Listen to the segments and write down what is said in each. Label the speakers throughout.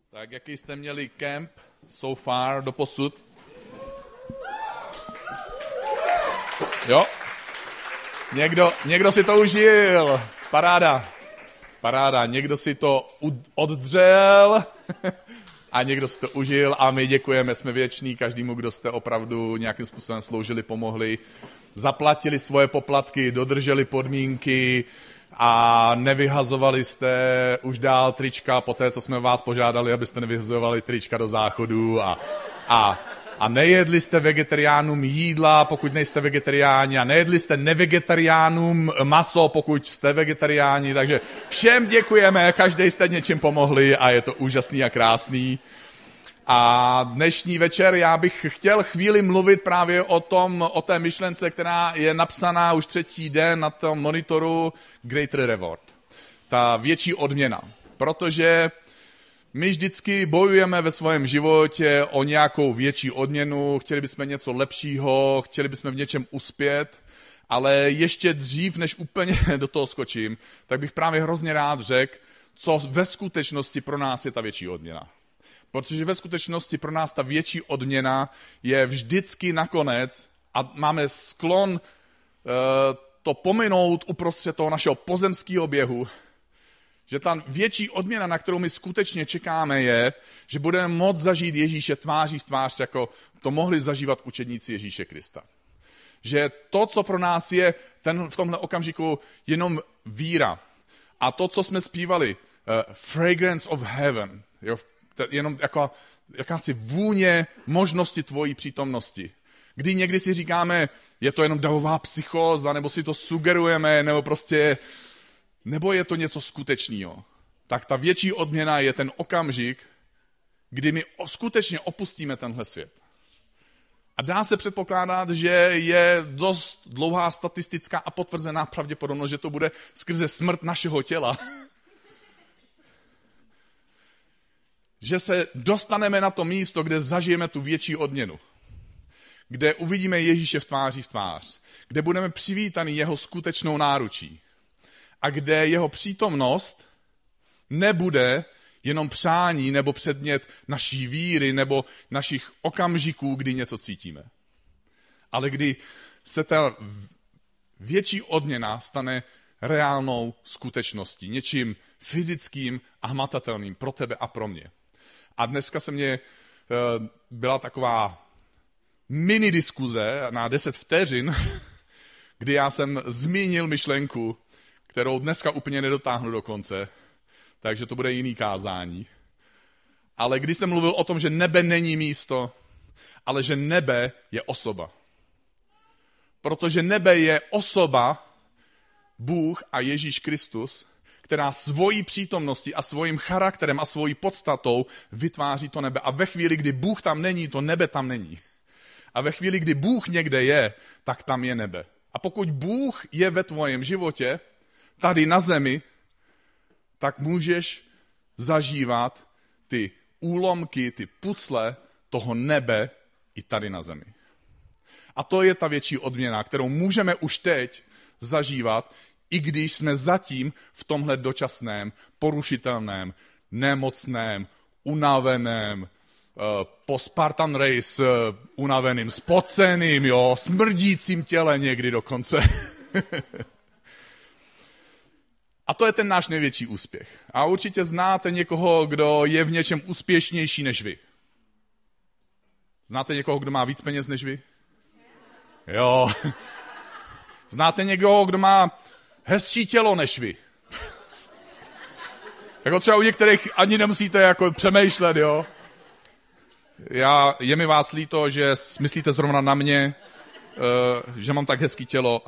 Speaker 1: Tak jaký jste měli kemp so far doposud? Jo? Někdo si to užil. Paráda. Někdo si to oddřel a někdo si to užil a my děkujeme, jsme věční každému, kdo jste opravdu nějakým způsobem sloužili, pomohli, zaplatili svoje poplatky, dodrželi podmínky a nevyhazovali jste už dál trička po té, co jsme vás požádali, abyste nevyhazovali trička do záchodu a nejedli jste vegetariánům jídla, pokud nejste vegetariáni, a nejedli jste nevegetariánům maso, pokud jste vegetariáni, takže všem děkujeme, každý jste něčím pomohli a je to úžasný a krásný. A dnešní večer já bych chtěl chvíli mluvit právě o té myšlence, která je napsaná už 3. den na tom monitoru, Greater Reward. Ta větší odměna, protože my vždycky bojujeme ve svém životě o nějakou větší odměnu, chtěli bychom něco lepšího, chtěli bychom v něčem uspět, ale ještě dřív, než úplně do toho skočím, tak bych právě hrozně rád řekl, co ve skutečnosti pro nás je ta větší odměna. Protože ve skutečnosti pro nás ta větší odměna je vždycky nakonec a máme sklon to pominout uprostřed toho našeho pozemského běhu, že ta větší odměna, na kterou my skutečně čekáme, je, že budeme moct zažít Ježíše tváří v tvář, jako to mohli zažívat učedníci Ježíše Krista. Že to, co pro nás je v tomhle okamžiku jenom víra a to, co jsme zpívali, fragrance of heaven, jo, jenom jakási vůně možnosti tvojí přítomnosti. Kdy někdy si říkáme, je to jenom davová psychóza, nebo si to sugerujeme, nebo je to něco skutečného. Tak ta větší odměna je ten okamžik, kdy my skutečně opustíme tenhle svět. A dá se předpokládat, že je dost dlouhá statistická a potvrzená pravděpodobnost, že to bude skrze smrt našeho těla. Že se dostaneme na to místo, kde zažijeme tu větší odměnu. Kde uvidíme Ježíše v tvář, kde budeme přivítaný jeho skutečnou náručí. A kde jeho přítomnost nebude jenom přání nebo předmět naší víry nebo našich okamžiků, kdy něco cítíme. Ale kdy se ta větší odměna stane reálnou skutečností, něčím fyzickým a hmatatelným pro tebe a pro mě. A dneska byla taková mini diskuze na 10 vteřin, kdy já jsem zmínil myšlenku, kterou dneska úplně nedotáhnu do konce, takže to bude jiný kázání. Ale když jsem mluvil o tom, že nebe není místo, ale že nebe je osoba. Protože nebe je osoba, Bůh a Ježíš Kristus, která svojí přítomností a svým charakterem a svojí podstatou vytváří to nebe. A ve chvíli, kdy Bůh tam není, to nebe tam není. A ve chvíli, kdy Bůh někde je, tak tam je nebe. A pokud Bůh je ve tvém životě, tady na zemi, tak můžeš zažívat ty úlomky, ty pucle toho nebe i tady na zemi. A to je ta větší odměna, kterou můžeme už teď zažívat, i když jsme zatím v tomhle dočasném, porušitelném, nemocném, unaveném, po Spartan Race unaveným, spoceným, smrdícím těle někdy dokonce. A to je ten náš největší úspěch. A určitě znáte někoho, kdo je v něčem úspěšnější než vy. Znáte někoho, kdo má víc peněz než vy? Jo. Znáte někoho, kdo má hezčí tělo než vy? Jako třeba u některých ani nemusíte jako přemýšlet, jo. Je mi vás líto, že myslíte zrovna na mě, že mám tak hezký tělo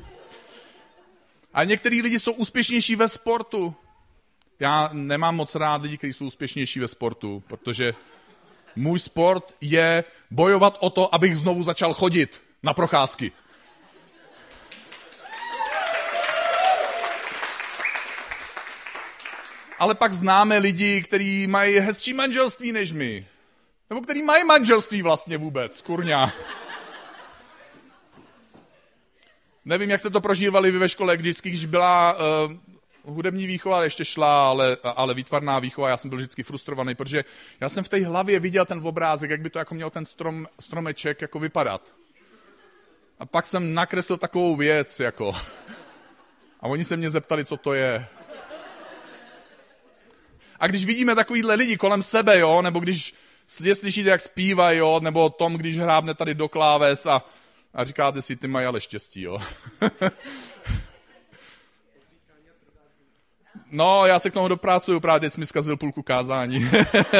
Speaker 1: a některý lidi jsou úspěšnější ve sportu. Já nemám moc rád lidi, kteří jsou úspěšnější ve sportu, protože můj sport je bojovat o to, abych znovu začal chodit na procházky. Ale pak známe lidi, kteří mají hezčí manželství než my. Nebo kteří mají manželství vlastně vůbec, kurňa. Nevím, jak jste to prožívali vy ve škole, vždycky, když byla hudební výchova ještě šla, ale výtvarná výchova, já jsem byl vždycky frustrovaný, protože já jsem v té hlavě viděl ten obrázek, jak by to jako měl ten stromeček jako vypadat. A pak jsem nakreslil takovou věc, jako. A oni se mě zeptali, co to je. A když vidíme takovýhle lidi kolem sebe, jo, nebo když slyšíte, jak zpívají, jo, nebo Tom, když hrábne tady do kláves a říkáte si, ty mají ale štěstí, jo. No, já se k tomu dopracuju, právě teď jsi mi zkazil půlku kázání.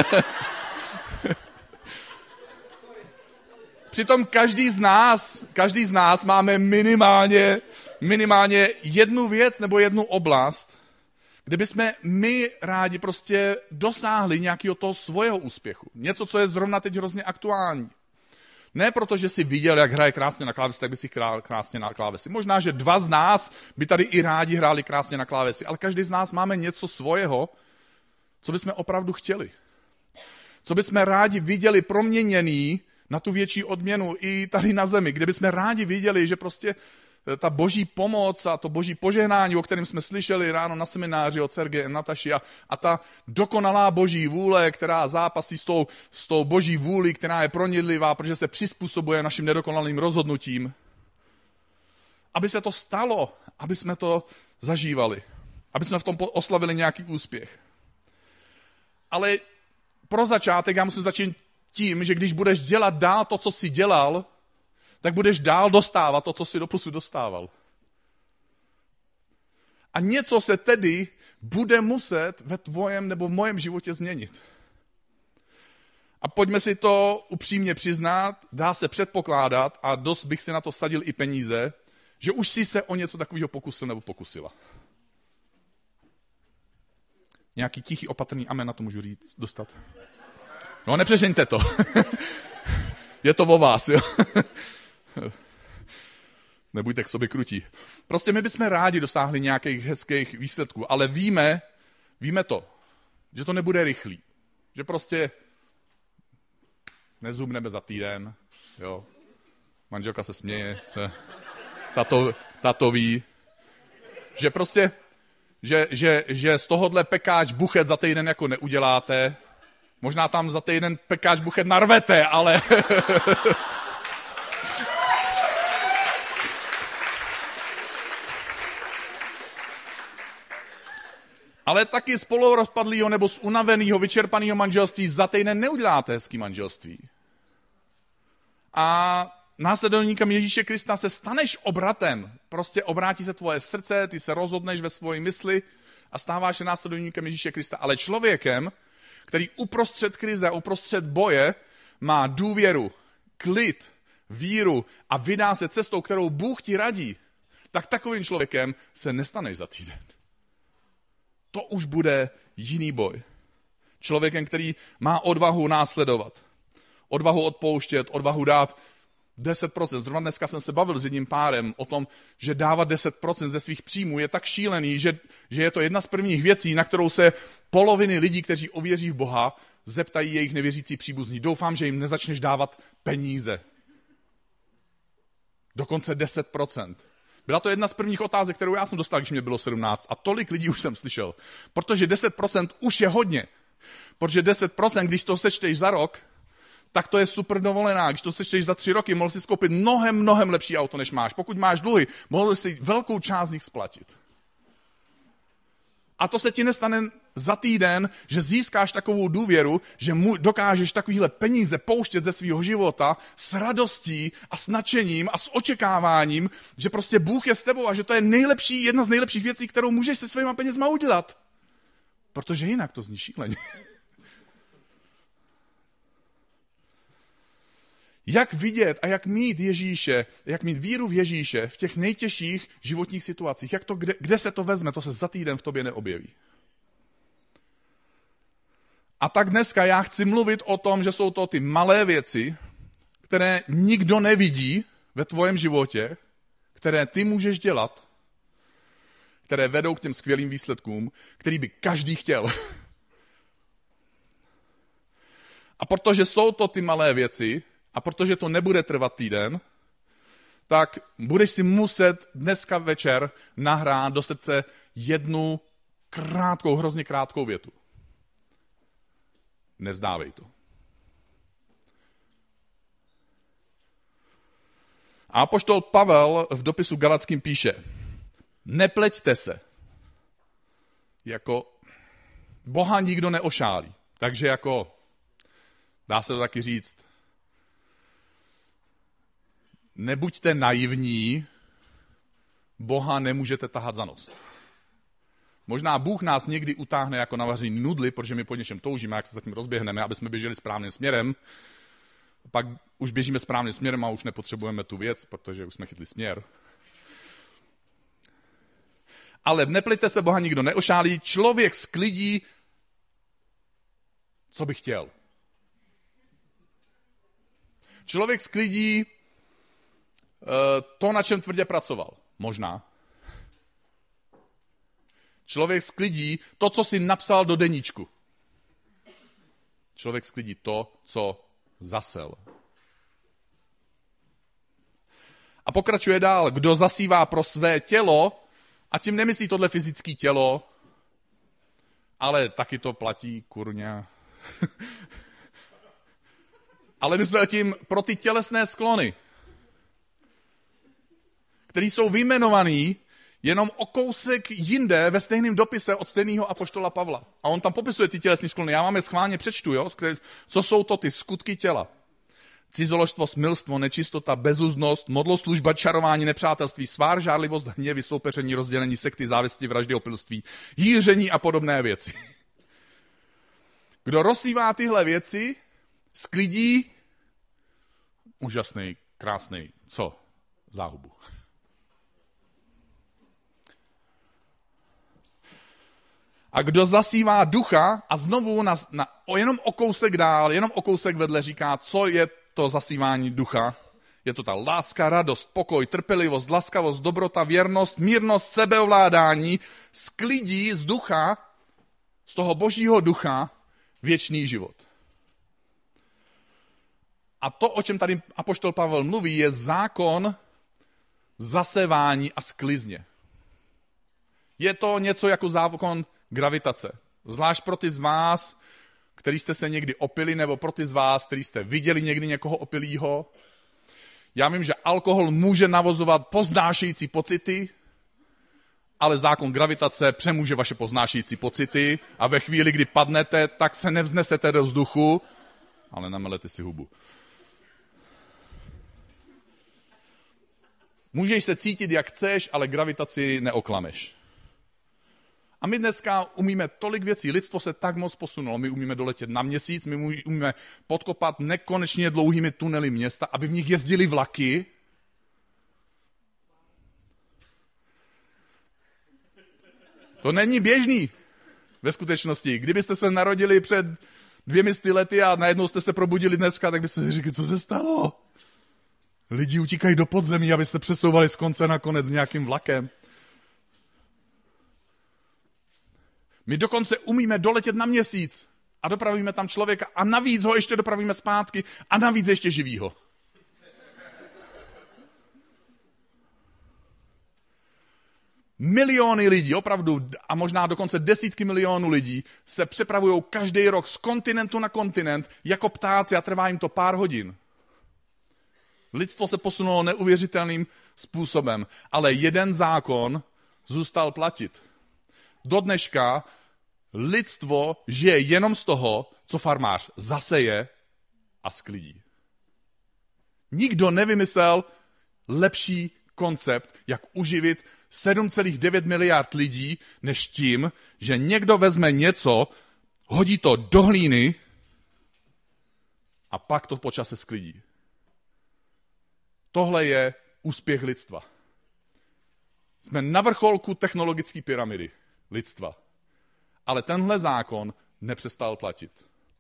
Speaker 1: Přitom každý z nás máme minimálně jednu věc nebo jednu oblast, kde bychom my rádi prostě dosáhli nějakého toho svého úspěchu. Něco, co je zrovna teď hrozně aktuální. Ne proto, že si viděl, jak hraje krásně na klávesi, tak by si hrál krásně na klávesi. Možná, že 2 z nás by tady i rádi hráli krásně na klávesi, ale každý z nás máme něco svého, co bychom opravdu chtěli. Co bychom rádi viděli proměněný na tu větší odměnu i tady na zemi, kde bychom rádi viděli, že prostě ta boží pomoc a to boží požehnání, o kterém jsme slyšeli ráno na semináři od Sergeje a Nataši a ta dokonalá boží vůle, která zápasí s tou boží vůli, která je proniklivá, protože se přizpůsobuje našim nedokonalým rozhodnutím. Aby se to stalo, aby jsme to zažívali, aby jsme v tom oslavili nějaký úspěch. Ale pro začátek já musím začít tím, že když budeš dělat dál to, co jsi dělal, tak budeš dál dostávat to, co jsi doposud dostával. A něco se tedy bude muset ve tvojem nebo v mojem životě změnit. A pojďme si to upřímně přiznat, dá se předpokládat, a dost bych si na to vsadil i peníze, že už jsi se o něco takového pokusil nebo pokusila. Nějaký tichý, opatrný amen na to můžu říct, dostat. No, nepřežeňte to. Je to o vás, jo. Nebuďte k sobě krutí. Prostě my bychom rádi dosáhli nějakých hezkých výsledků, ale víme to, že to nebude rychlý. Že prostě nezhubneme za týden, jo. Manželka se směje, tato ví, že prostě, že z tohohle pekáč buchet za týden jako neuděláte. Možná tam za týden pekáč buchet narvete, ale... Ale taky z polorozpadlýho nebo z unavenýho, vyčerpanýho manželství za týden neuděláte hezký manželství. A následovníkem Ježíše Krista se staneš obratem. Prostě obrátí se tvoje srdce, ty se rozhodneš ve svoji mysli a stáváš se následovníkem Ježíše Krista. Ale člověkem, který uprostřed krize, uprostřed boje má důvěru, klid, víru a vydá se cestou, kterou Bůh ti radí, tak takovým člověkem se nestaneš za týden. To už bude jiný boj. Člověkem, který má odvahu následovat, odvahu odpouštět, odvahu dát 10%. Zrovna dneska jsem se bavil s jedním párem o tom, že dávat 10% ze svých příjmů je tak šílený, že je to jedna z prvních věcí, na kterou se poloviny lidí, kteří ověří v Boha, zeptají jejich nevěřící příbuzní. Doufám, že jim nezačneš dávat peníze. Dokonce 10%. Byla to jedna z prvních otázek, kterou já jsem dostal, když mě bylo 17. A tolik lidí už jsem slyšel. Protože 10% už je hodně. Protože 10%, když to sečteš za rok, tak to je super dovolená. Když to sečteš za 3 roky, mohl si skoupit mnohem lepší auto, než máš. Pokud máš dluhy, mohl si velkou část z nich splatit. A to se ti nestane za týden, že získáš takovou důvěru, že dokážeš takovýhle peníze pouštět ze svého života s radostí a s nadšením a s očekáváním, že prostě Bůh je s tebou a že to je jedna z nejlepších věcí, kterou můžeš se svýma penězma udělat. Protože jinak to zní šíleně. Jak vidět a jak mít Ježíše, jak mít víru v Ježíše v těch nejtěžších životních situacích. Kde se to vezme, to se za týden v tobě neobjeví. A tak dneska já chci mluvit o tom, že jsou to ty malé věci, které nikdo nevidí ve tvojem životě, které ty můžeš dělat, které vedou k těm skvělým výsledkům, který by každý chtěl. A protože jsou to ty malé věci, a protože to nebude trvat týden, tak budeš si muset dneska večer nahrát do srdce jednu hrozně krátkou větu. Nevzdávej to. A apoštol Pavel v dopisu Galackým píše, nepleťte se. Jako Boha nikdo neošálí. Takže jako, dá se to taky říct, nebuďte naivní, Boha nemůžete tahat za nos. Možná Bůh nás někdy utáhne jako na vaření nudli, protože my po něčem toužíme, jak se za tím rozběhneme, aby jsme běželi správným směrem. Pak už běžíme správným směrem a už nepotřebujeme tu věc, protože už jsme chytli směr. Ale nepleťte se, Boha nikdo neošálí, člověk sklidí, co by chtěl. Člověk sklidí to, na čem tvrdě pracoval. Možná. Člověk sklidí to, co si napsal do deníčku. Člověk sklidí to, co zasel. A pokračuje dál. Kdo zasívá pro své tělo, a tím nemyslí tohle fyzické tělo, ale taky to platí, kurňa. Ale myslel tím pro ty tělesné sklony, které jsou vyjmenovaný jenom o kousek jinde ve stejném dopise od stejného apoštola Pavla. A on tam popisuje ty tělesné sklony. Já vám je schválně přečtu, jo? Co jsou to ty skutky těla. Cizoložstvo, smilstvo, nečistota, bezuzdnost, modloslužba, čarování, nepřátelství, svár, žárlivost, hněv, vysoupeření, rozdělení, sekty, závisti, vraždy, opilství, jíření a podobné věci. Kdo rozsívá tyhle věci, sklidí úžasný, krásný, co? Záhubu. A kdo zasívá ducha a znovu jenom o kousek dál, jenom o kousek vedle říká, co je to zasívání ducha. Je to ta láska, radost, pokoj, trpělivost, laskavost, dobrota, věrnost, mírnost, sebeovládání, sklidí z ducha, z toho božího ducha, věčný život. A to, o čem tady apoštol Pavel mluví, je zákon zasevání a sklizně. Je to něco jako zákon gravitace. Zvlášť pro ty z vás, který jste se někdy opili, nebo pro ty z vás, který jste viděli někdy někoho opilýho. Já vím, že alkohol může navozovat poznášející pocity, ale zákon gravitace přemůže vaše poznášející pocity a ve chvíli, kdy padnete, tak se nevznesete do vzduchu, ale namelete si hubu. Můžeš se cítit, jak chceš, ale gravitaci neoklameš. A my dneska umíme tolik věcí, lidstvo se tak moc posunulo, my umíme doletět na Měsíc, my umíme podkopat nekonečně dlouhými tunely města, aby v nich jezdily vlaky. To není běžný ve skutečnosti. Kdybyste se narodili před 200 lety a najednou jste se probudili dneska, tak byste si řekli, co se stalo? Lidi utíkají do podzemí, aby se přesouvali z konce na konec nějakým vlakem. My dokonce umíme doletět na Měsíc a dopravíme tam člověka a navíc ho ještě dopravíme zpátky a navíc ještě živýho. Miliony lidí, opravdu, a možná dokonce desítky milionů lidí se přepravují každý rok z kontinentu na kontinent jako ptáci a trvá jim to pár hodin. Lidstvo se posunulo neuvěřitelným způsobem, ale jeden zákon zůstal platit. Do dneška lidstvo žije jenom z toho, co farmář zaseje a sklidí. Nikdo nevymyslel lepší koncept, jak uživit 7,9 miliard lidí, než tím, že někdo vezme něco, hodí to do hlíny a pak to po čase sklidí. Tohle je úspěch lidstva. Jsme na vrcholku technologické pyramidy lidstva. Ale tenhle zákon nepřestal platit.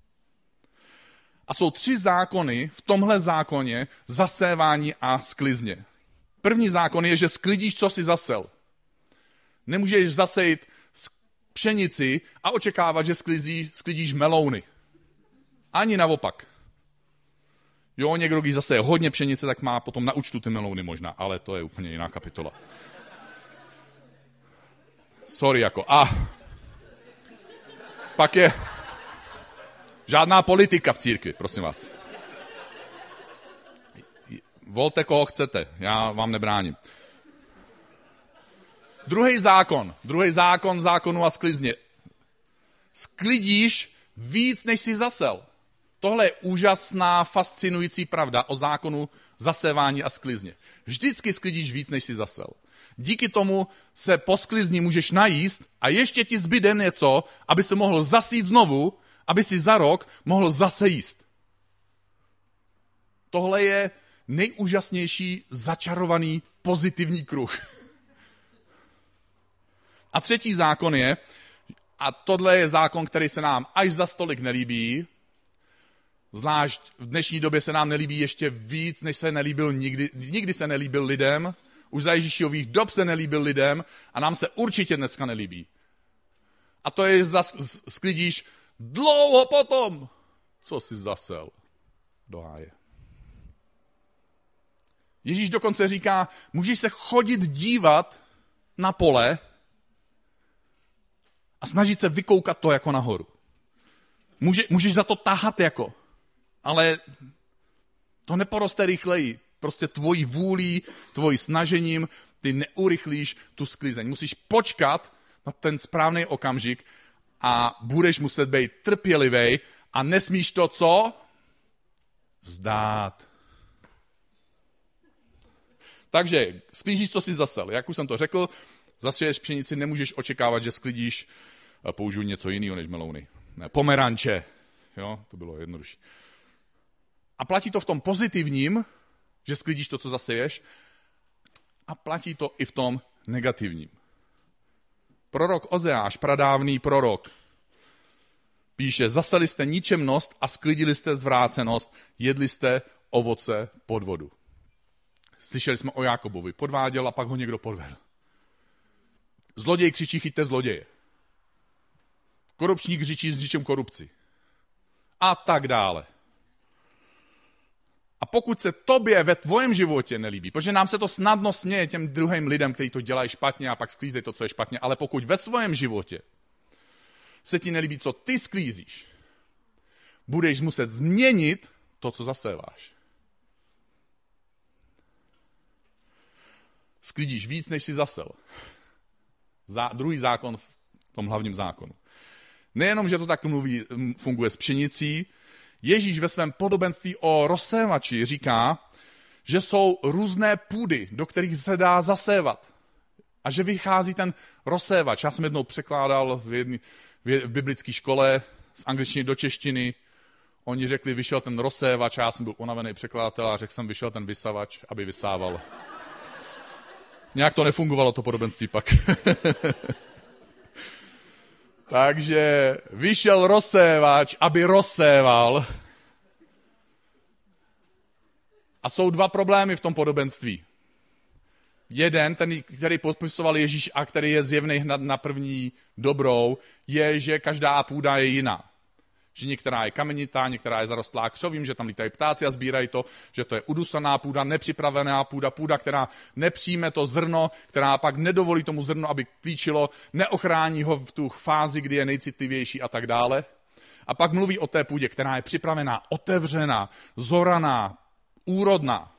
Speaker 1: A jsou 3 zákony v tomhle zákoně zasévání a sklizně. První zákon je, že sklidíš, co jsi zasel. Nemůžeš zasejit pšenici a očekávat, že sklidíš melouny. Ani naopak. Jo, někdo, když zaseje hodně pšenice, tak má potom na účtu ty melouny možná, ale to je úplně jiná kapitola. Sorry, jako. Pak je žádná politika v církvi, prosím vás. Volte, koho chcete, já vám nebráním. Druhý zákon zákonu a sklizně. Sklidíš víc, než jsi zasel. Tohle je úžasná, fascinující pravda o zákonu zasévání a sklizně. Vždycky sklidíš víc, než jsi zasel. Díky tomu se po sklizni můžeš najíst a ještě ti zbyde něco, aby se mohl zasít znovu, aby si za rok mohl zase jíst. Tohle je nejúžasnější, začarovaný, pozitivní kruh. A třetí zákon je, a tohle je zákon, který se nám až za stolik nelíbí, zvlášť v dnešní době se nám nelíbí ještě víc, než se nelíbil nikdy se nelíbil lidem, už za Ježíšových dob se nelíbil lidem a nám se určitě dneska nelíbí. A to je, sklidíš dlouho potom, co jsi zasel do háje. Ježíš dokonce říká, můžeš se chodit dívat na pole a snažit se vykoukat to jako nahoru. Můžeš za to tahat jako, ale to neporoste rychleji. Prostě tvojí vůlí, tvojí snažením, ty neurychlíš tu sklizeň. Musíš počkat na ten správný okamžik a budeš muset být trpělivý a nesmíš to co? Vzdát. Takže sklížíš, co jsi zasel. Jak už jsem to řekl, zaseješ pšenici, nemůžeš očekávat, že sklidíš, použiju něco jiného než melouny. Ne, pomeranče. Jo, to bylo jednodušší. A platí to v tom pozitivním, že sklidíš to, co zaseješ, a platí to i v tom negativním. Prorok Ozeáš, pradávný prorok, píše, zaseli jste ničemnost a sklidili jste zvrácenost, jedli jste ovoce podvodu. Slyšeli jsme o Jákobovi, podváděl a pak ho někdo podvedl. Zloděj křičí, chyťte zloděje. Korupčník křičí, zničím korupci. A tak dále. A pokud se tobě ve tvém životě nelíbí, protože nám se to snadno směje těm druhým lidem, kteří to dělají špatně a pak sklízejí to, co je špatně, ale pokud ve svém životě se ti nelíbí, co ty sklízíš, budeš muset změnit to, co zaséváš. Sklidíš víc, než jsi zasel. Druhý zákon v tom hlavním zákonu. Nejenom, že to tak funguje s pšenicí, Ježíš ve svém podobenství o rozsévači říká, že jsou různé půdy, do kterých se dá zasévat. A že vychází ten rozsévač. Já jsem jednou překládal v biblické škole z angličtiny do češtiny. Oni řekli, vyšel ten rozsévač, a já jsem byl unavený překladatel a řekl jsem, vyšel ten vysavač, aby vysával. Nějak to nefungovalo, to podobenství pak. Takže vyšel rozsévač, aby rozséval. A jsou dva problémy v tom podobenství. Jeden, ten, který popisoval Ježíš a který je zjevný hned na první dobrou, je, že každá půda je jiná. Že některá je kamenitá, některá je zarostlá křovím, že tam lítají ptáci a sbírají to, že to je udusaná půda, nepřipravená půda, která nepřijme to zrno, která pak nedovolí tomu zrnu, aby klíčilo, neochrání ho v tu fázi, kdy je nejcitlivější a tak dále. A pak mluví o té půdě, která je připravená, otevřená, zoraná, úrodná.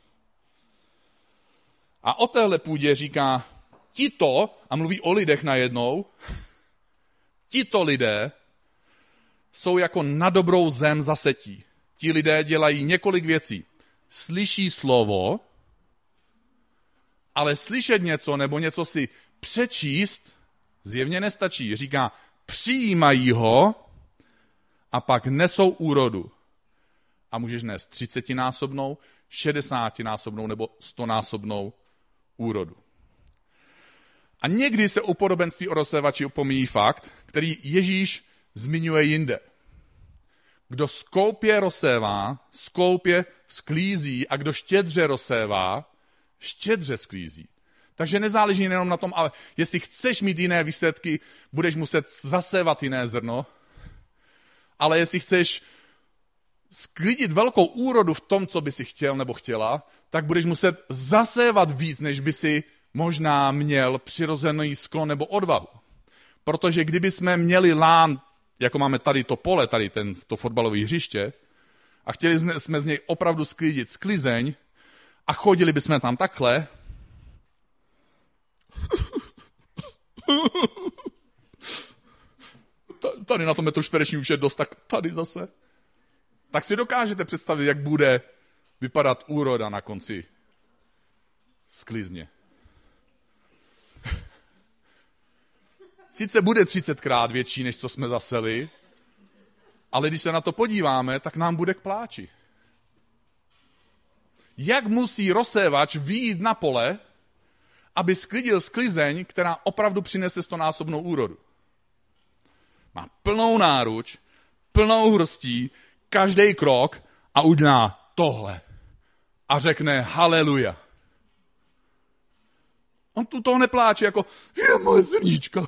Speaker 1: A o téhle půdě říká tito, a mluví o lidech najednou, tito lidé jsou jako na dobrou zem zasetí. Ti lidé dělají několik věcí. Slyší slovo, ale slyšet něco nebo něco si přečíst zjevně nestačí. Říká, přijímají ho a pak nesou úrodu. A můžeš nést 30násobnou, 60násobnou nebo 100násobnou úrodu. A někdy se u podobenství o rozsévači opomíjí fakt, který Ježíš zmiňuje jinde. Kdo skoupě rozsévá, skoupě sklízí a kdo štědře rozsévá, štědře sklízí. Takže nezáleží jenom na tom, ale jestli chceš mít jiné výsledky, budeš muset zasévat jiné zrno, ale jestli chceš sklidit velkou úrodu v tom, co by si chtěl nebo chtěla, tak budeš muset zasévat víc, než by si možná měl přirozený sklon nebo odvahu. Protože kdyby jsme měli lán jako máme tady to pole, tady to fotbalové hřiště, a chtěli jsme z něj opravdu sklidit sklizeň a chodili bychom tam takhle, tady na tom metru čtvereční už je dost, tak tady zase. Tak si dokážete představit, jak bude vypadat úroda na konci sklizně. Sice bude 30krát větší, než co jsme zaseli, ale když se na to podíváme, tak nám bude k pláči. Jak musí rozsévač vyjít na pole, aby sklidil sklizeň, která opravdu přinese 100násobnou úrodu? Má plnou náruč, plnou hrstí, každý krok a udělá tohle. A řekne haleluja. On tu toho nepláče jako, je moje zrníčka.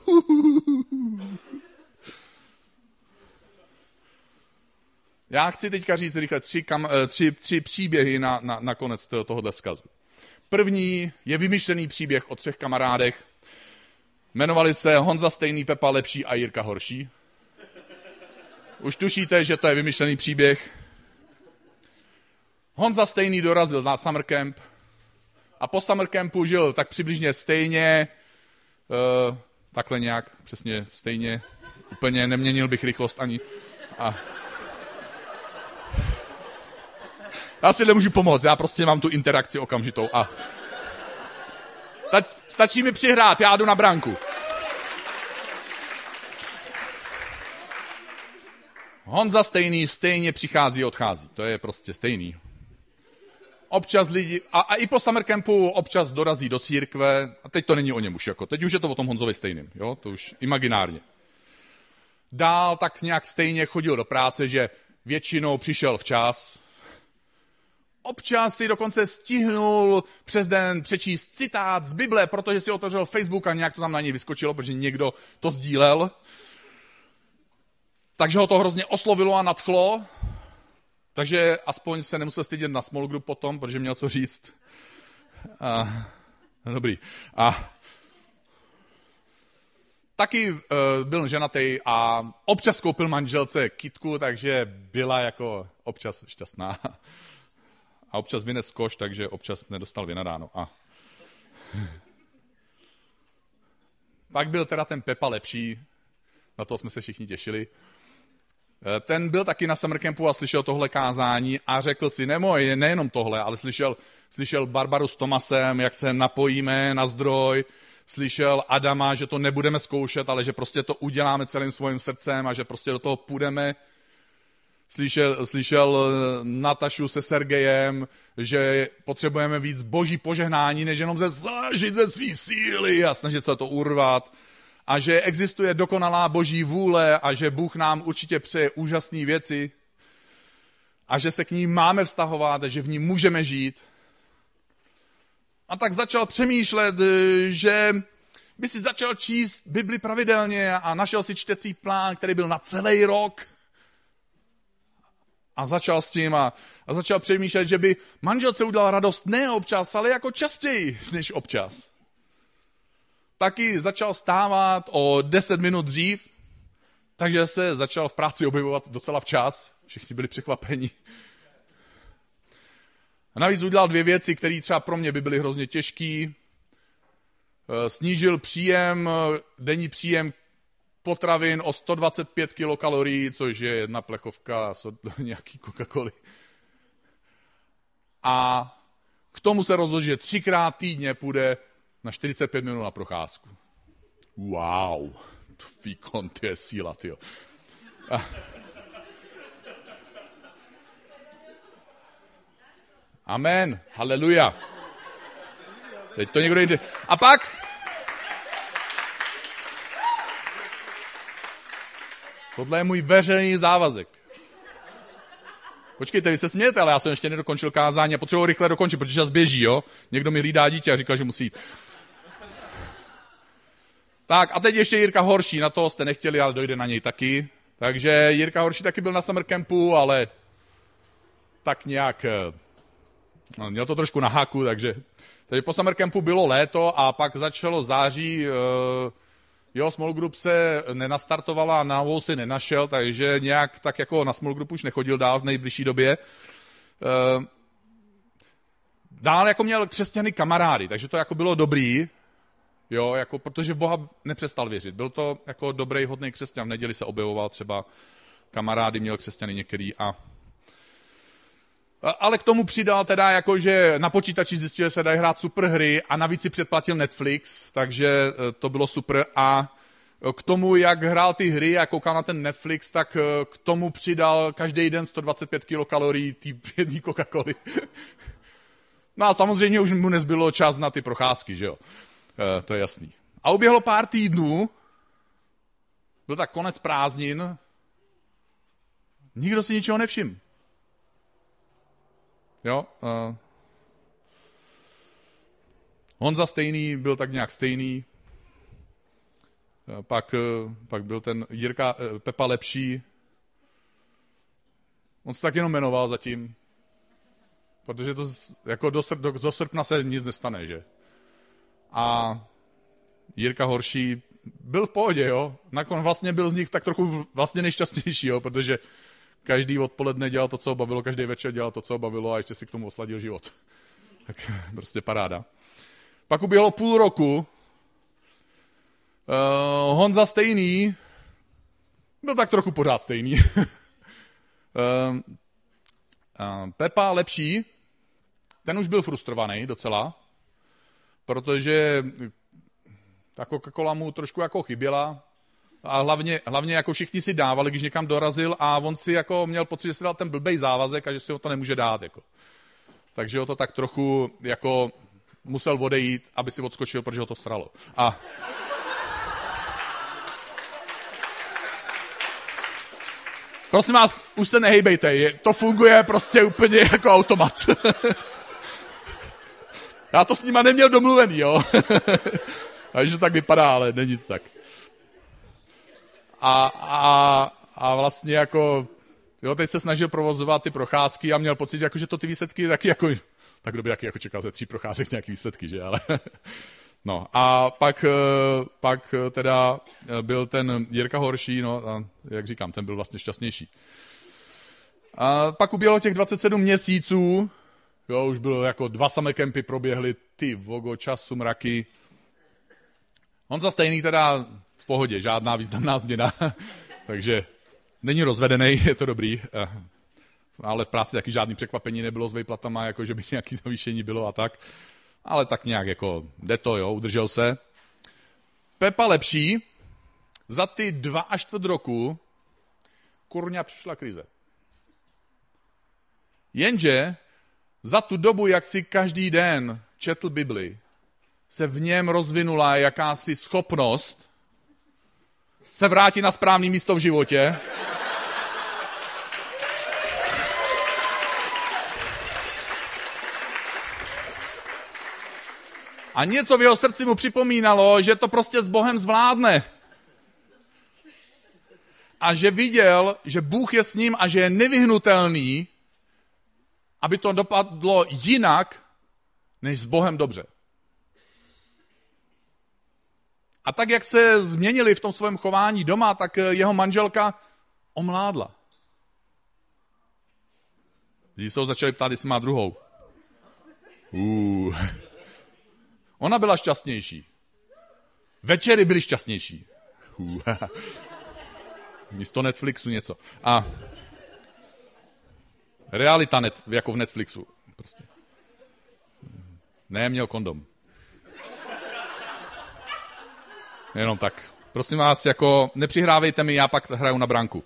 Speaker 1: Já chci teďka říct rychle tři příběhy na konec tohohle vzkazu. První je vymyšlený příběh o 3 kamarádech. Jmenovali se Honza Stejný, Pepa Lepší a Jirka Horší. Už tušíte, že to je vymyšlený příběh. Honza Stejný dorazil na summer camp a po summer campu žil tak přibližně stejně, takhle nějak, přesně stejně, úplně neměnil bych rychlost ani. Já si nemůžu pomoct, já prostě mám tu interakci okamžitou a stačí mi přihrát, já jdu na branku. Honza Stejný stejně přichází a odchází, to je prostě stejný. Občas lidi, a i po summer campu občas dorazí do církve, a teď to není o něm už, jako, teď už je to o tom Honzovi Stejným, jo, to už imaginárně. Dál tak nějak stejně chodil do práce, že většinou přišel včas. Občas si dokonce stihnul přes den přečíst citát z Bible, protože si otevřel Facebook a nějak to tam na něj vyskočilo, protože někdo to sdílel. Takže ho to hrozně oslovilo a nadchlo. Takže aspoň se nemusel stydět na small group potom, protože měl co říct. Dobrý. Taky byl ženatý a občas koupil manželce kytku, takže byla jako občas šťastná. A občas vynes koš, takže občas nedostal vynadáno. Pak byl teda ten Pepa Lepší, na to jsme se všichni těšili. Ten byl taky na summer campu a slyšel tohle kázání a řekl si, nejenom tohle, ale slyšel Barbaru s Tomasem, jak se napojíme na zdroj, slyšel Adama, že to nebudeme zkoušet, ale že prostě to uděláme celým svým srdcem a že prostě do toho půjdeme. Slyšel Natašu se Sergejem, že potřebujeme víc boží požehnání, než jenom zažít ze svý síly a snažit se to urvat. A že existuje dokonalá boží vůle a že Bůh nám určitě přeje úžasné věci a že se k ní máme vztahovat a že v ní můžeme žít. A tak začal přemýšlet, že by si začal číst Bibli pravidelně a našel si čtecí plán, který byl na celý rok. A začal s tím a začal přemýšlet, že by manželce udělal radost ne občas, ale jako častěji než občas. Taky začal stávat o 10 minut dřív, takže se začal v práci objevovat docela včas. Všichni byli překvapeni. A navíc udělal 2 věci, které třeba pro mě by byly hrozně těžké. Snížil denní příjem potravin o 125 kilokalorií, což je 1 plechovka nějaký Coca-Coly. A k tomu se rozhodl, že 3krát týdně půjde na 45 minut na procházku. Wow, to výkon, to je síla, tyjo. Amen, haleluja. Teď to někdo jde. A pak tohle je můj veřejný závazek. Počkejte, vy se smějete, ale já jsem ještě nedokončil kázání a potřebuji rychle dokončit, protože čas běží, jo? Někdo mi hlídá dítě a říkal, že musí jít. Tak a teď ještě Jirka Horší, na toho jste nechtěli, ale dojde na něj taky. Takže Jirka Horší taky byl na summer campu, ale tak nějak, měl to trošku na háku, takže po summer campu bylo léto a pak začalo září, Jo, small group se nenastartovala, novou si nenašel, takže nějak tak jako na small group už nechodil dál v nejbližší době. Dál jako měl křesťany kamarády, takže to jako bylo dobrý, jo, jako, protože v Boha nepřestal věřit. Byl to jako dobrý, hodný křesťan, v neděli se objevoval třeba kamarády, měl křesťany některý ale k tomu přidal teda jako, že na počítači zjistil, že se dají hrát super hry a navíc si předplatil Netflix, takže to bylo super a k tomu, jak hrál ty hry a koukal na ten Netflix, tak k tomu přidal každý den 125 kilokalorií té jedné Coca-Coly. No a samozřejmě už mu nezbylo čas na ty procházky, že jo? To je jasný. A uběhlo pár týdnů, byl tak konec prázdnin, nikdo si ničeho nevšiml. Jo? Honza stejný, byl tak nějak stejný. Pak byl ten Pepa lepší. On se tak jenom jmenoval zatím. Protože to jako do srpna se nic nestane, že? A Jirka horší byl v pohodě, jo? Nakonec vlastně byl z nich tak trochu vlastně nejšťastnější, jo? Protože každý odpoledne dělal to, co ho bavilo, každý večer dělal to, co ho bavilo a ještě si k tomu osladil život. Tak prostě paráda. Pak uběhlo půl roku. Honza stejný. Byl tak trochu pořád stejný. Pepa lepší. Ten už byl frustrovaný docela, protože ta Coca-Cola mu trošku jako chyběla a hlavně jako všichni si dávali, když někam dorazil a on si jako měl pocit, že si dal ten blbej závazek a že si ho to nemůže dát. Jako. Takže ho to tak trochu jako musel odejít, aby si odskočil, protože ho to sralo. Prosím vás, už se nehejbejte, to funguje prostě úplně jako automat. Já to s nima neměl domluvený, jo. Takže to tak vypadá, ale není to tak. A vlastně jako, jo, teď se snažil provozovat ty procházky a měl pocit, jako, že to ty výsledky taky jako, tak kdo by taky jako čekal ze 3 procházek nějaký výsledky, že, ale... No a pak teda byl ten Jirka horší, no a jak říkám, ten byl vlastně šťastnější. A pak uběhlo těch 27 měsíců, jo, už bylo jako 2 samé kempy proběhly, ty vogo, času, mraky. Honza stejný teda v pohodě, žádná významná změna, takže není rozvedený, je to dobrý, ale v práci taky žádný překvapení nebylo s vejplatama, jako že by nějaké navýšení bylo a tak. Ale tak nějak jako jde to, jo, udržel se. Pepa lepší, za ty 2,25 roku kurňa přišla krize. Jenže za tu dobu, jak si každý den četl Bibli, se v něm rozvinula jakási schopnost se vrátit na správné místo v životě. A něco v jeho srdci mu připomínalo, že to prostě s Bohem zvládne. A že viděl, že Bůh je s ním a že je nevyhnutelný, aby to dopadlo jinak, než s Bohem dobře. A tak, jak se změnili v tom svém chování doma, tak jeho manželka omládla. Lidi se ho začali ptát, jestli má druhou. Ona byla šťastnější. Večery byly šťastnější. Místo Netflixu něco. A realita jako v Netflixu. Prostě. Ne, měl kondom. Jenom tak. Prosím vás, jako nepřihrávejte mi, já pak hraju na branku.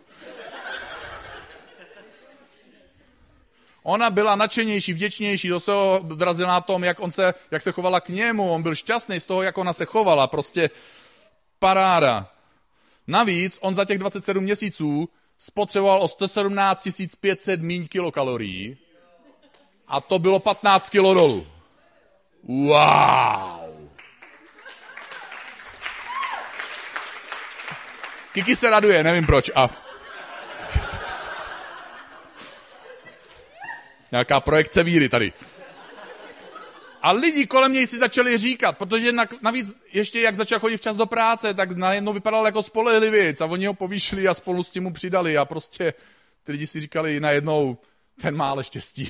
Speaker 1: Ona byla nadšenější, vděčnější, to se ho odrazil na tom, jak se chovala k němu. On byl šťastný z toho, jak ona se chovala. Prostě paráda. Navíc on za těch 27 měsíců spotřeboval o 117 500 míň kilokalorií a to bylo 15 kilo dolů. Wow! Kiki se raduje, nevím proč. Nějaká projekce víry tady. A lidi kolem něj si začali říkat, protože navíc ještě jak začal chodit včas do práce, tak najednou vypadal jako spolehlivěc a oni ho povýšili a spolu s tím mu přidali a prostě ty lidi si říkali najednou, ten má ale štěstí.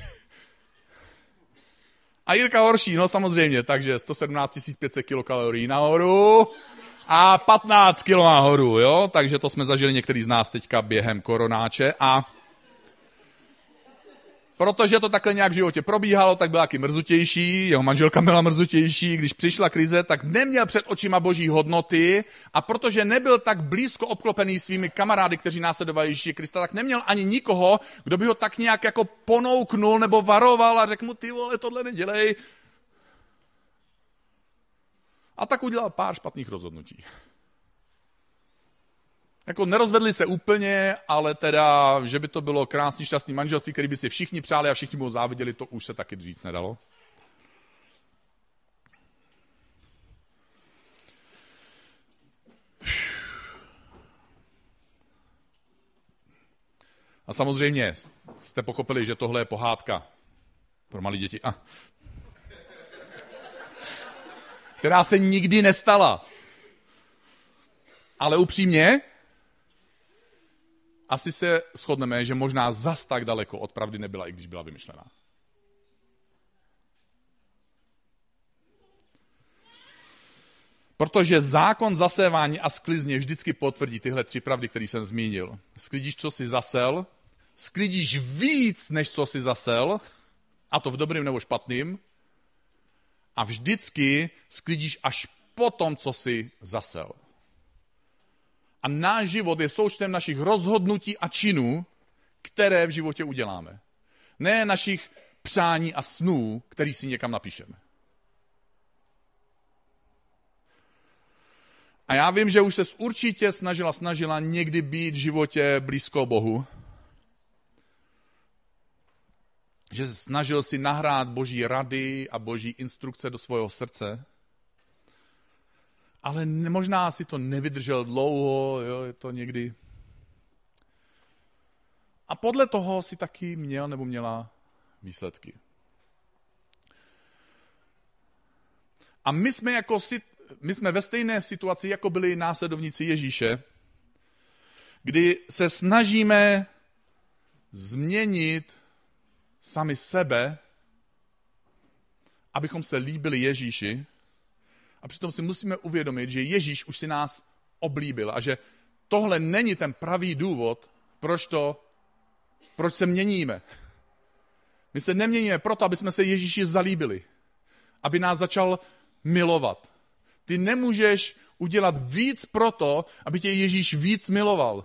Speaker 1: A Jirka horší, no samozřejmě, takže 117 500 kilokalorií nahoru a 15 kilo nahoru, jo, takže to jsme zažili některý z nás teďka během koronáče a protože to takhle nějak v životě probíhalo, tak byl taky mrzutější, jeho manželka byla mrzutější, když přišla krize, tak neměl před očima boží hodnoty a protože nebyl tak blízko obklopený svými kamarády, kteří následovali Ježíše Krista, tak neměl ani nikoho, kdo by ho tak nějak jako ponouknul nebo varoval a řekl mu, ty vole, tohle nedělej. A tak udělal pár špatných rozhodnutí. Jako nerozvedli se úplně, ale teda, že by to bylo krásný, šťastný manželství, který by si všichni přáli a všichni mu ho záviděli, to už se taky říct nedalo. A samozřejmě jste pochopili, že tohle je pohádka pro malé děti. Která se nikdy nestala. Ale upřímně, asi se shodneme, že možná zas tak daleko od pravdy nebyla, i když byla vymyšlená. Protože zákon zasévání a sklizně vždycky potvrdí tyhle 3 pravdy, které jsem zmínil. Sklidíš, co jsi zasel, sklidíš víc, než co jsi zasel, a to v dobrým nebo špatným, a vždycky sklidíš až po tom, co jsi zasel. A náš život je součtem našich rozhodnutí a činů, které v životě uděláme. Ne našich přání a snů, který si někam napíšeme. A já vím, že už se určitě snažila někdy být v životě blízko Bohu. Že se snažil si nahrát boží rady a boží instrukce do svého srdce. Ale možná si to nevydržel dlouho, jo, je to někdy. A podle toho si taky měl nebo měla výsledky. A my jsme ve stejné situaci, jako byli následovníci Ježíše, kdy se snažíme změnit sami sebe, abychom se líbili Ježíši. A přitom si musíme uvědomit, že Ježíš už si nás oblíbil a že tohle není ten pravý důvod, proč se měníme. My se neměníme proto, aby jsme se Ježíši zalíbili, aby nás začal milovat. Ty nemůžeš udělat víc proto, aby tě Ježíš víc miloval.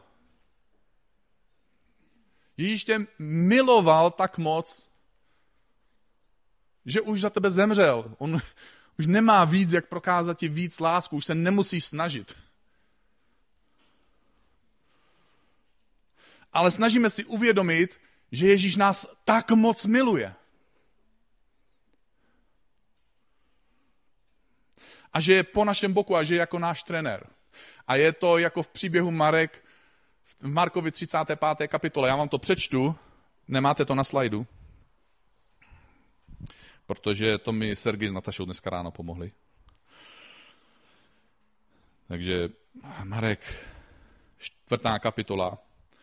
Speaker 1: Ježíš tě miloval tak moc, že už za tebe zemřel. On už nemá víc, jak prokázat ti víc lásku, už se nemusíš snažit. Ale snažíme si uvědomit, že Ježíš nás tak moc miluje. A že je po našem boku a že je jako náš trenér. A je to jako v příběhu Marek v Markovi 35. kapitole. Já vám to přečtu, nemáte to na slajdu, protože to mi Sergej s Natašou dneska ráno pomohli. Takže Marek, 4. kapitola.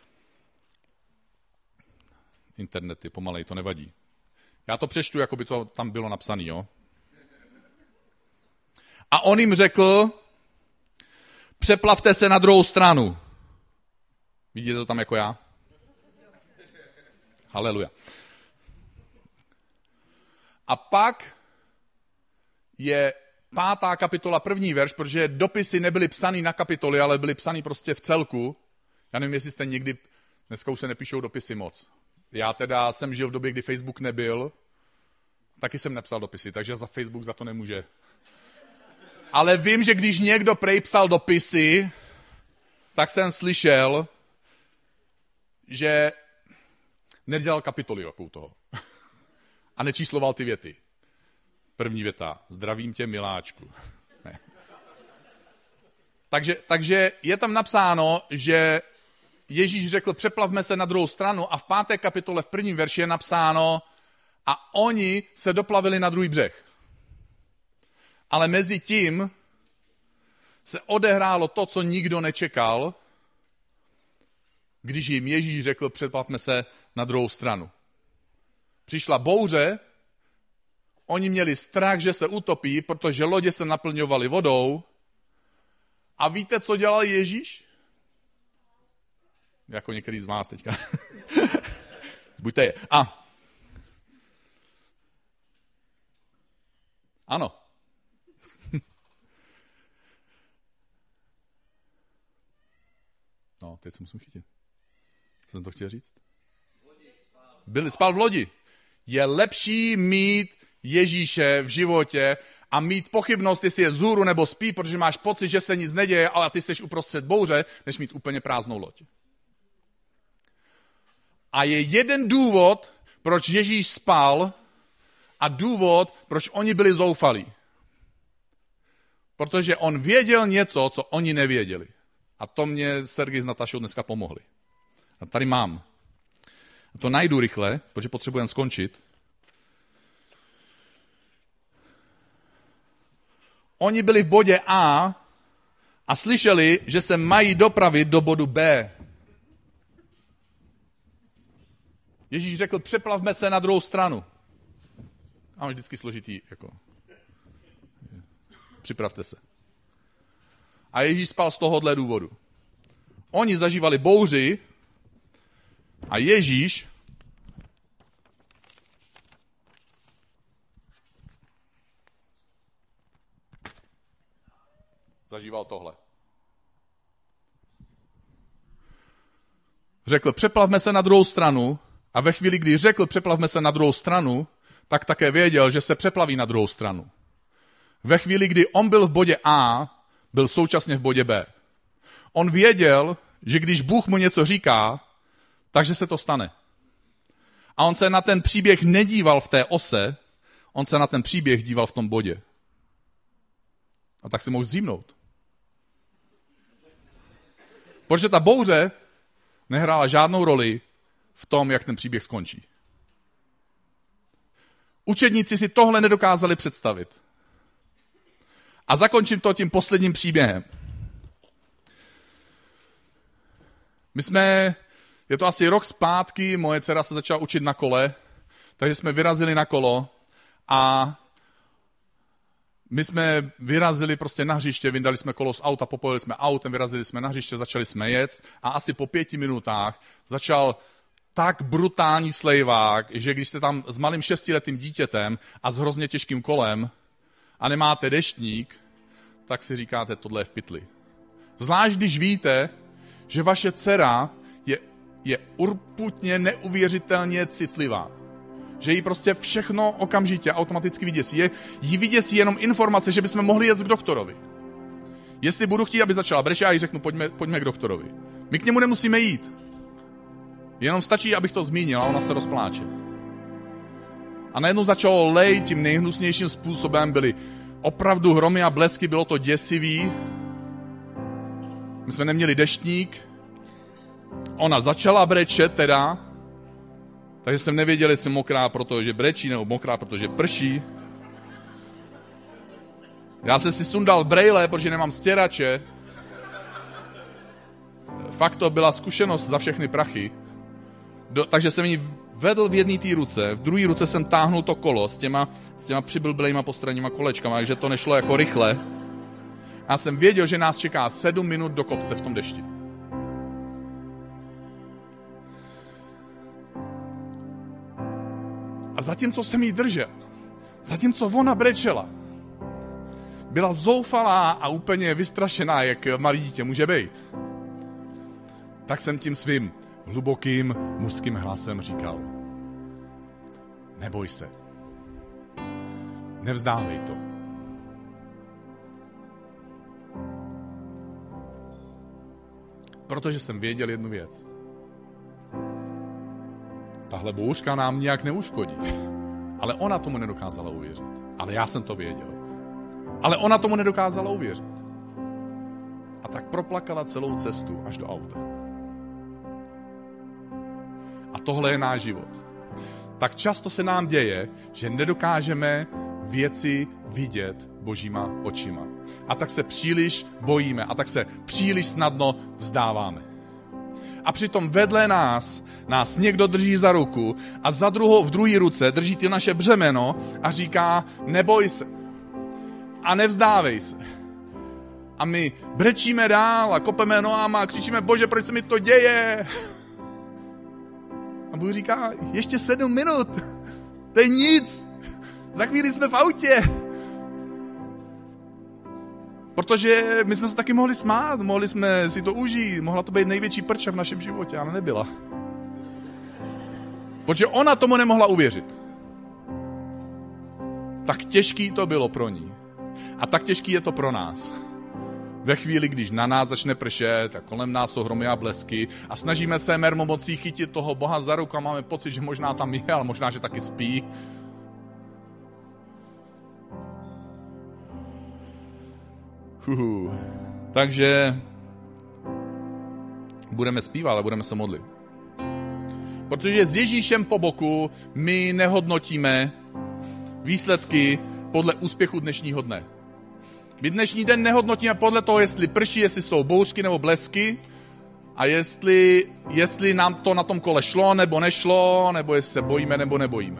Speaker 1: Internety, pomalej, to nevadí. Já to přečtu, jako by to tam bylo napsané, jo. A on jim řekl, přeplavte se na druhou stranu. Vidíte to tam jako já? Haleluja. A pak je 5. kapitola 1. verš, protože dopisy nebyly psaný na kapitoly, ale byly psaný prostě v celku. Já nevím, jestli jste někdy, dneska už se nepíšou dopisy moc. Já teda jsem žil v době, kdy Facebook nebyl, taky jsem nepsal dopisy, takže za Facebook za to nemůže. Ale vím, že když někdo prej psal dopisy, tak jsem slyšel, že nedělal kapitoly jako toho. A nečísloval ty věty. První věta, zdravím tě, miláčku. Ne. Takže je tam napsáno, že Ježíš řekl, přeplavme se na druhou stranu a v 5. kapitole v 1. verši je napsáno a oni se doplavili na druhý břeh. Ale mezi tím se odehrálo to, co nikdo nečekal, když jim Ježíš řekl, přeplavme se na druhou stranu. Přišla bouře, oni měli strach, že se utopí, protože lodě se naplňovaly vodou. A víte, co dělal Ježíš? Jako některý z vás teďka. Buďte je. Ano. No, teď se musím chytit. Jsem to chtěl říct? Spal v lodi. Je lepší mít Ježíše v životě a mít pochybnost, jestli je vzhůru nebo spí, protože máš pocit, že se nic neděje, ale ty jsi uprostřed bouře, než mít úplně prázdnou loď. A je jeden důvod, proč Ježíš spal a důvod, proč oni byli zoufalí. Protože on věděl něco, co oni nevěděli. A to mě Sergej s Natašou dneska pomohli. A tady mám. A to najdu rychle, protože potřebujeme skončit. Oni byli v bodě A slyšeli, že se mají dopravit do bodu B. Ježíš řekl, přeplavme se na druhou stranu. A on vždycky složitý, jako. Připravte se. A Ježíš spal z tohohle důvodu. Oni zažívali bouři a Ježíš zažíval tohle. Řekl, přeplavme se na druhou stranu a ve chvíli, kdy řekl, přeplavme se na druhou stranu, tak také věděl, že se přeplaví na druhou stranu. Ve chvíli, kdy on byl v bodě A, byl současně v bodě B. On věděl, že když Bůh mu něco říká, takže se to stane. A on se na ten příběh nedíval v té ose, on se na ten příběh díval v tom bodě. A tak si mohl zdřímnout. Protože ta bouře nehrála žádnou roli v tom, jak ten příběh skončí. Učedníci si tohle nedokázali představit. A zakončím to tím posledním příběhem. Je to asi rok zpátky, moje dcera se začala učit na kole, takže jsme vyrazili na kolo a my jsme vyrazili prostě na hřiště, vyndali jsme kolo z auta, popojili jsme autem, vyrazili jsme na hřiště, začali jsme jet a asi po 5 minutách začal tak brutální slejvák, že když jste tam s malým 6letým dítětem a s hrozně těžkým kolem a nemáte deštník, tak si říkáte, tohle je v pytli. Zvlášť když víte, že vaše dcera je urputně neuvěřitelně citlivá. Že jí prostě všechno okamžitě automaticky vyděsí. Jí vyděsí jenom informace, že bychom mohli jet k doktorovi. Jestli budu chtít, aby začala brečet, já jí řeknu, pojďme k doktorovi. My k němu nemusíme jít. Jenom stačí, abych to zmínil a ona se rozpláče. A najednou začalo lejt tím nejhnusnějším způsobem, byly opravdu hromy a blesky, bylo to děsivý. My jsme neměli deštník. Ona začala brečet teda, takže jsem nevěděl, jestli mokrá, protože brečí, nebo mokrá, protože prší. Já jsem si sundal brejle, protože nemám stěrače. Fakt to byla zkušenost za všechny prachy. Takže jsem ji vedl v jedné té ruce, v druhé ruce jsem táhnul to kolo s těma přiblblejma postranníma kolečkama, takže to nešlo jako rychle. A jsem věděl, že nás čeká 7 minut do kopce v tom dešti. A zatímco jsem jí držel, zatímco ona brečela, byla zoufalá a úplně vystrašená, jak malé dítě může být, tak jsem tím svým hlubokým mužským hlasem říkal, neboj se, nevzdávej to. Protože jsem věděl jednu věc. Tahle bouřka nám nijak neuškodí. Ale ona tomu nedokázala uvěřit. Ale já jsem to věděl. Ale ona tomu nedokázala uvěřit. A tak proplakala celou cestu až do auta. A tohle je náš život. Tak často se nám děje, že nedokážeme věci vidět Božíma očima. A tak se příliš bojíme a tak se příliš snadno vzdáváme. A přitom vedle nás někdo drží za ruku a v druhé ruce drží ty naše břemeno a říká, neboj se a nevzdávej se. A my brečíme dál a kopeme nohama a křičíme, Bože, proč se mi to děje? A Bůh říká, ještě 7 minut, to je nic, za chvíli jsme v autě. Protože my jsme se taky mohli smát, mohli jsme si to užít, mohla to být největší prča v našem životě, ale nebyla. Protože ona tomu nemohla uvěřit. Tak těžký to bylo pro ní. A tak těžký je to pro nás. Ve chvíli, když na nás začne pršet a kolem nás jsou hromy a blesky a snažíme se mermomocí chytit toho Boha za ruku a máme pocit, že možná tam je, ale možná, že taky spí. Takže budeme zpívat, ale budeme se modlit. Protože s Ježíšem po boku my nehodnotíme výsledky podle úspěchu dnešního dne. My dnešní den nehodnotíme podle toho, jestli prší, jestli jsou bouřky nebo blesky a jestli nám to na tom kole šlo nebo nešlo, nebo jestli se bojíme nebo nebojíme.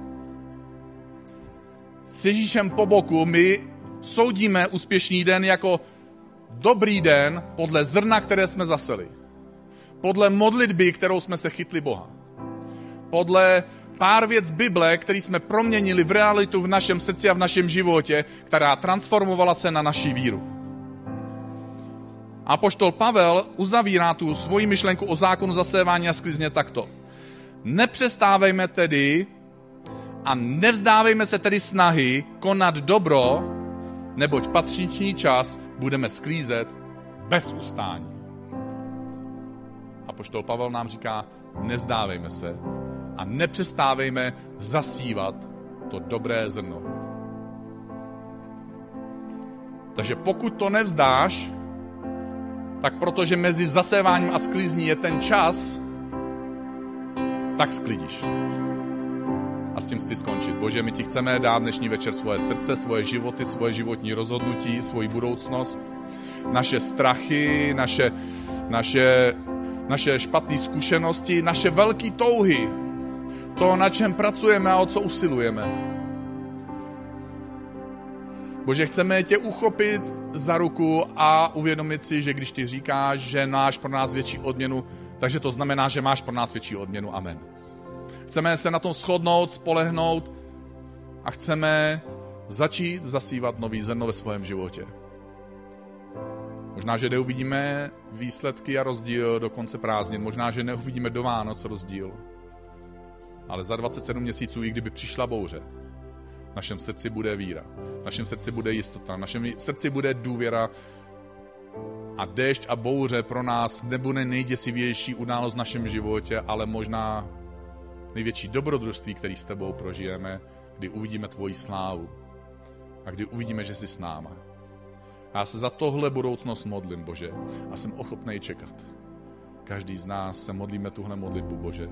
Speaker 1: S Ježíšem po boku my soudíme úspěšný den jako dobrý den podle zrna, které jsme zaseli. Podle modlitby, kterou jsme se chytli Boha. Podle pár věc Bible, který jsme proměnili v realitu v našem srdci a v našem životě, která transformovala se na naši víru. Apoštol Pavel uzavírá tu svoji myšlenku o zákonu zasévání a sklizně takto. Nepřestávejme tedy a nevzdávejme se tedy snahy konat dobro, neboť v patřičný čas budeme sklízet bez ustání. Apoštol Pavel nám říká, nevzdávejme se a nepřestávejme zasívat to dobré zrno. Takže pokud to nevzdáš, tak protože mezi zaséváním a sklizní je ten čas, tak sklidíš. A s tím chci skončit. Bože, my ti chceme dát dnešní večer svoje srdce, svoje životy, svoje životní rozhodnutí, svoji budoucnost, naše strachy, naše špatné zkušenosti, naše velké touhy, to, na čem pracujeme a o co usilujeme. Bože, chceme tě uchopit za ruku a uvědomit si, že když ty říkáš, že máš pro nás větší odměnu, takže to znamená, že máš pro nás větší odměnu. Amen. Chceme se na tom shodnout, spolehnout a chceme začít zasívat nový zrno ve svém životě. Možná, že neuvidíme výsledky a rozdíl do konce prázdnin, možná, že neuvidíme do Vánoc rozdíl, ale za 27 měsíců, i kdyby přišla bouře, v našem srdci bude víra, v našem srdci bude jistota, v našem srdci bude důvěra a déšť a bouře pro nás nebude nejděsivější událost v našem životě, ale možná největší dobrodružství, který s tebou prožijeme, kdy uvidíme tvoji slávu a kdy uvidíme, že jsi s náma. A já se za tohle budoucnost modlím, Bože, a jsem ochotný čekat. Každý z nás se modlíme tuhle modlitbu, Bože.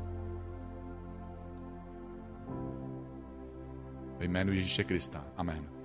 Speaker 1: Ve jménu Ježíše Krista. Amen.